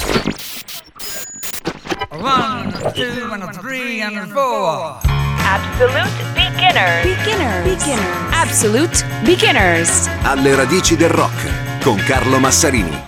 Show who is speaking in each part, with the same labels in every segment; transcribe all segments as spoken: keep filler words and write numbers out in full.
Speaker 1: One, two, and three, and four.
Speaker 2: Absolute beginners.
Speaker 3: Beginners. Beginners. Absolute beginners.
Speaker 4: Alle radici del rock con Carlo Massarini.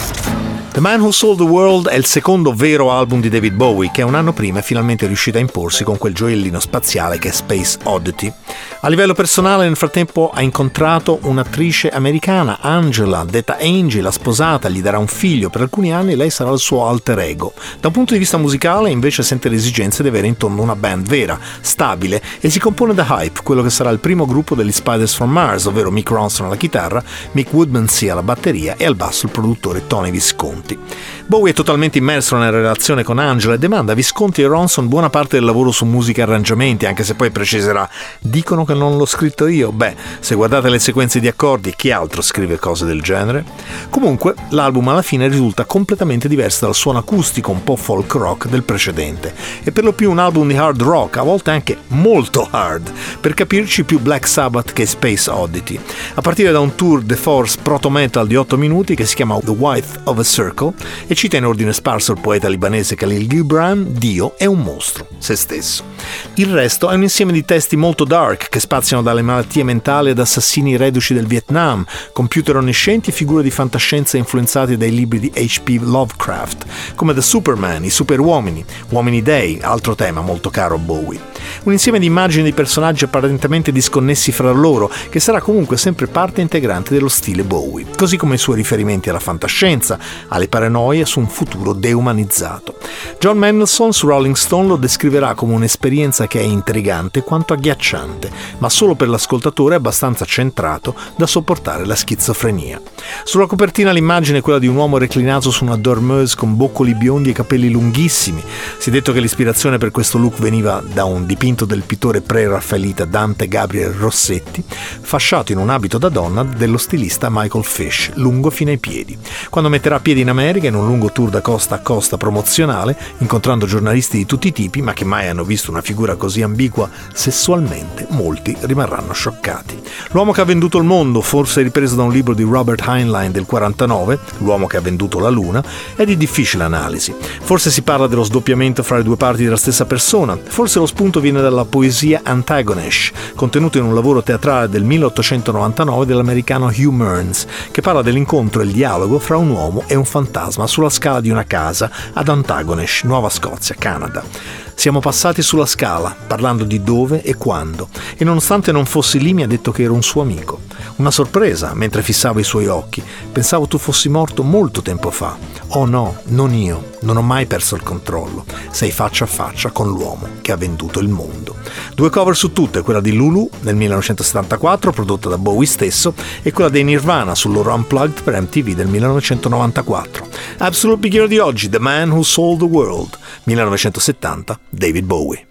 Speaker 5: The Man Who Sold the World è il secondo vero album di David Bowie, che un anno prima è finalmente riuscito a imporsi con quel gioiellino spaziale che è Space Oddity. A livello personale, nel frattempo, ha incontrato un'attrice americana, Angela, detta Angie, l'ha sposata, gli darà un figlio. Per alcuni anni lei sarà il suo alter ego. Da un punto di vista musicale, invece, sente l'esigenza di avere intorno una band vera, stabile, e si compone da Hype, quello che sarà il primo gruppo degli Spiders from Mars, ovvero Mick Ronson alla chitarra, Mick Woodmansey alla batteria e al basso il produttore Tony Visconti. Bowie è totalmente immerso nella relazione con Angela e demanda a Visconti e Ronson buona parte del lavoro su musica e arrangiamenti, anche se poi preciserà: dicono che non l'ho scritto io. Beh, se guardate le sequenze di accordi, chi altro scrive cose del genere? Comunque, l'album alla fine risulta completamente diverso dal suono acustico un po' folk rock del precedente, e per lo più un album di hard rock, a volte anche molto hard, per capirci più Black Sabbath che Space Oddity, a partire da un tour de force proto-metal di otto minuti che si chiama The Width of a Circle e cita in ordine sparso il poeta libanese Khalil Gibran: Dio è un mostro, se stesso. Il resto è un insieme di testi molto dark che spaziano dalle malattie mentali ad assassini reduci del Vietnam, computer onniscienti e figure di fantascienza influenzate dai libri di H P Lovecraft, come The Superman, i superuomini, Uomini Dei, altro tema molto caro a Bowie. Un insieme di immagini di personaggi apparentemente disconnessi fra loro, che sarà comunque sempre parte integrante dello stile Bowie, così come i suoi riferimenti alla fantascienza, alle paranoie su un futuro deumanizzato. John Mendelsohn su Rolling Stone lo descriverà come un'esperienza che è intrigante quanto agghiacciante, ma solo per l'ascoltatore abbastanza centrato da sopportare la schizofrenia. Sulla copertina l'immagine è quella di un uomo reclinato su una dormeuse con boccoli biondi e capelli lunghissimi. Si è detto che l'ispirazione per questo look veniva da un dipinto del pittore pre-raffaelita Dante Gabriel Rossetti, fasciato in un abito da donna dello stilista Michael Fish, lungo fino ai piedi. Quando metterà piedi in America in un lungo tour da costa a costa promozionale, incontrando giornalisti di tutti i tipi, ma che mai hanno visto una figura così ambigua sessualmente, molti rimarranno scioccati. L'uomo che ha venduto il mondo, forse ripreso da un libro di Robert Heinlein del quarantanove, L'uomo che ha venduto la luna, è di difficile analisi. Forse si parla dello sdoppiamento fra le due parti della stessa persona, forse lo spunto viene dalla poesia Antagonesh, contenuta in un lavoro teatrale del milleottocentonovantanove dell'americano Hugh Mearns, che parla dell'incontro e il dialogo fra un uomo e un fantasma sulla scala di una casa ad Antagonesh, Nuova Scozia, Canada. Siamo passati sulla scala, parlando di dove e quando, e nonostante non fossi lì mi ha detto che ero un suo amico. Una sorpresa, mentre fissavo i suoi occhi. Pensavo tu fossi morto molto tempo fa. Oh no, non io, non ho mai perso il controllo. Sei faccia a faccia con l'uomo che ha venduto il mondo. Due cover su tutte, quella di Lulu nel millenovecentosettantaquattro, prodotta da Bowie stesso, e quella dei Nirvana sul loro Unplugged per M T V del millenovecentonovantaquattro. Absolute Beginner di oggi, The Man Who Sold the World, millenovecentosettanta, David Bowie.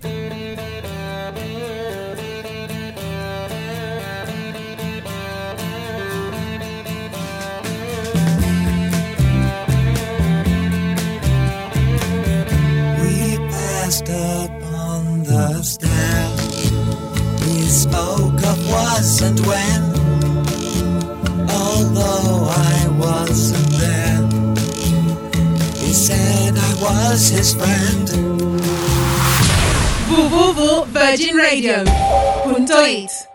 Speaker 6: Upon the stair, we spoke of was and when, although I wasn't there. He said I was his friend.
Speaker 7: w w w punto virgin radio punto it